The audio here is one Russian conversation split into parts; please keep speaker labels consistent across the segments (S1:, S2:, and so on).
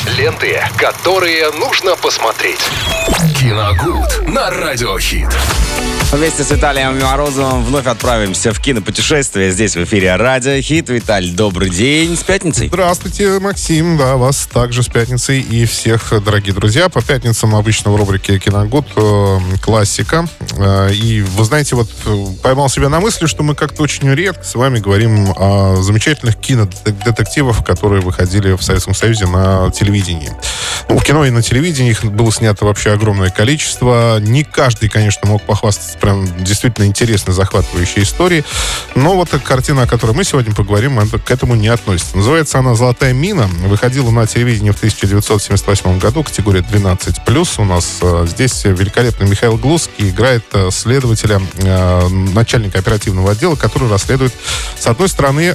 S1: Ленты, которые нужно посмотреть. Киногуд на Радиохит.
S2: Вместе с Виталием Морозовым вновь отправимся в кинопутешествие. Здесь в эфире Радио Хит. Виталь, добрый день. С пятницей.
S3: Здравствуйте, Максим. Да, вас также с пятницей и всех, дорогие друзья. По пятницам обычно в рубрике «Киногуд» классика. И вы знаете, вот поймал себя на мысли, что мы как-то очень редко с вами говорим о замечательных кинодетективах, которые выходили в Советском Союзе на телевидении. Ну, в кино и на телевидении их было снято вообще огромное количество. Не каждый, конечно, мог похвастаться прям действительно интересной, захватывающей историей. Но вот эта картина, о которой мы сегодня поговорим, к этому не относится. Называется она «Золотая мина». Выходила на телевидении в 1978 году, категория 12+. У нас здесь великолепный Михаил Глузский играет следователя, начальника оперативного отдела, который расследует, с одной стороны,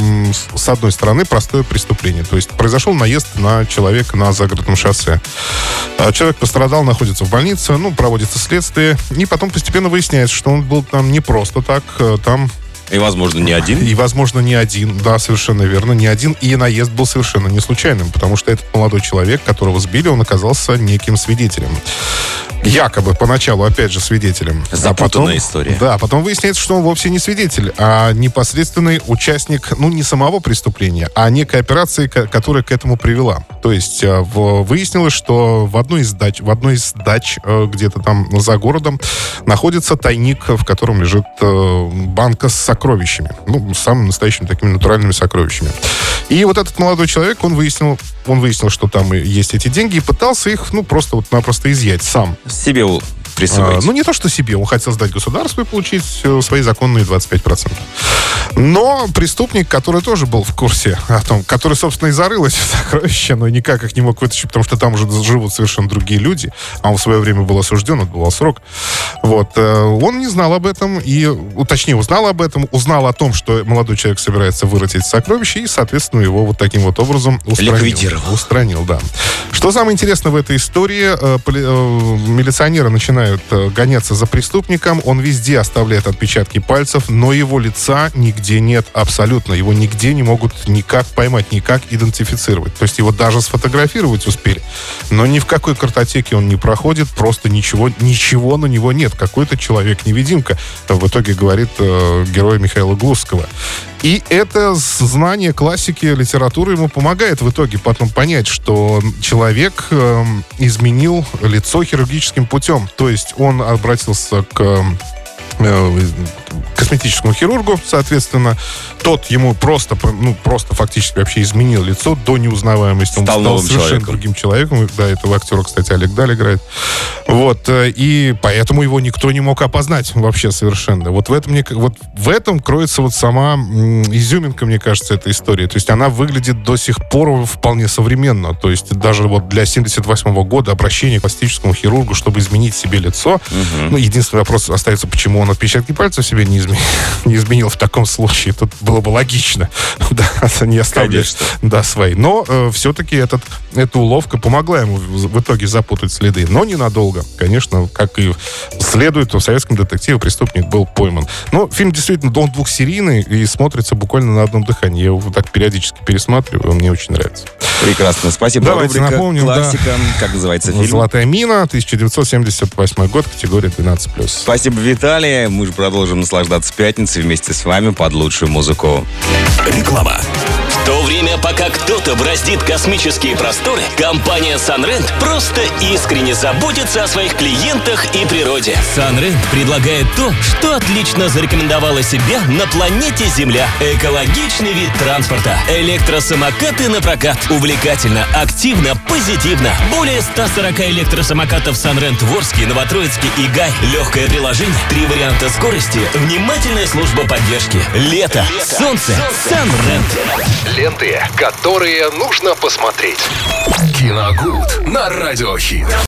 S3: простое преступление. То есть произошел наезд на человека на загородном шоссе. Человек пострадал, находится в больнице, проводится следствие, и потом постепенно выясняется, что он был там не просто так, там...
S2: И, возможно, не один.
S3: И, возможно, не один. Да, совершенно верно, не один. И наезд был совершенно не случайным, потому что этот молодой человек, которого сбили, он оказался неким свидетелем. Якобы, поначалу, опять же, свидетелем.
S2: Запутанная история.
S3: Да, потом выясняется, что он вовсе не свидетель, а непосредственный участник, не самого преступления, а некой операции, которая к этому привела. То есть выяснилось, что в одной из дач где-то там за городом находится тайник, в котором лежит банка с сокровищами. Самыми настоящими такими натуральными сокровищами. И вот этот молодой человек, он выяснил, что там есть эти деньги, и пытался их, просто вот-напросто изъять сам.
S2: Себе присвоить.
S3: Не то, что себе. Он хотел сдать государству и получить свои законные 25%. Но преступник, который тоже был в курсе о том, который, собственно, и зарыл эти сокровища, но никак их не мог вытащить, потому что там уже живут совершенно другие люди. А он в свое время был осужден, отбывал срок. Вот. Он не знал об этом, точнее, узнал об этом, узнал о том, что молодой человек собирается вырыть эти сокровища, и, соответственно, его вот таким вот образом устранил, да. Что самое интересное в этой истории, милиционеры начинают гоняться за преступником, он везде оставляет отпечатки пальцев, но его лица нигде нет абсолютно. Его нигде не могут никак поймать, никак идентифицировать. То есть его даже сфотографировать успели. Но ни в какой картотеке он не проходит, просто ничего на него нет. Какой-то человек-невидимка, в итоге говорит герой Михаила Глузского. И это знание классики литературы ему помогает в итоге потом понять, что человек изменил лицо хирургическим путем. То есть он обратился к косметическому хирургу, соответственно, тот ему просто фактически вообще изменил лицо до неузнаваемости. Он стал совершенно человеком. Другим человеком. Да, этого актера, кстати, Олег Даль играет. Вот, и поэтому его никто не мог опознать вообще совершенно. Вот в этом кроется вот сама изюминка, мне кажется, этой истории. То есть она выглядит до сих пор вполне современно. То есть даже вот для 78 года обращение к пластическому хирургу, чтобы изменить себе лицо. Единственный вопрос остается, почему он отпечатки пальцев себе не изменил в таком случае. Тут было бы логично. Да, не оставлять свои. Но все-таки эта уловка помогла ему в итоге запутать следы. Но ненадолго. Конечно, как и следует, в советском детективе преступник был пойман. Но фильм действительно, он двухсерийный и смотрится буквально на одном дыхании. Я его так периодически пересматриваю, мне очень нравится.
S2: Прекрасно, спасибо.
S3: Давайте напомним,
S2: классика. Как называется фильм?
S3: «Золотая мина», 1978 год, категория 12+.
S2: Спасибо, Виталий. Мы же продолжим наслаждаться пятницей вместе с вами под лучшую музыку.
S1: Реклама.
S4: В то время, пока кто-то бороздит космические просторы, компания Sunrent просто искренне заботится о своих клиентах и природе. Sunrent предлагает то, что отлично зарекомендовало себя на планете Земля. Экологичный вид транспорта. Электросамокаты на прокат. Увлекательно, активно, позитивно. Более 140 электросамокатов Sunrent в Орске, Новотроицке и Гай. Легкое приложение, 3 варианта скорости, внимательная служба поддержки. Лето, солнце, Sunrent.
S1: Ленты, которые нужно посмотреть. Киногуд на Радиохит.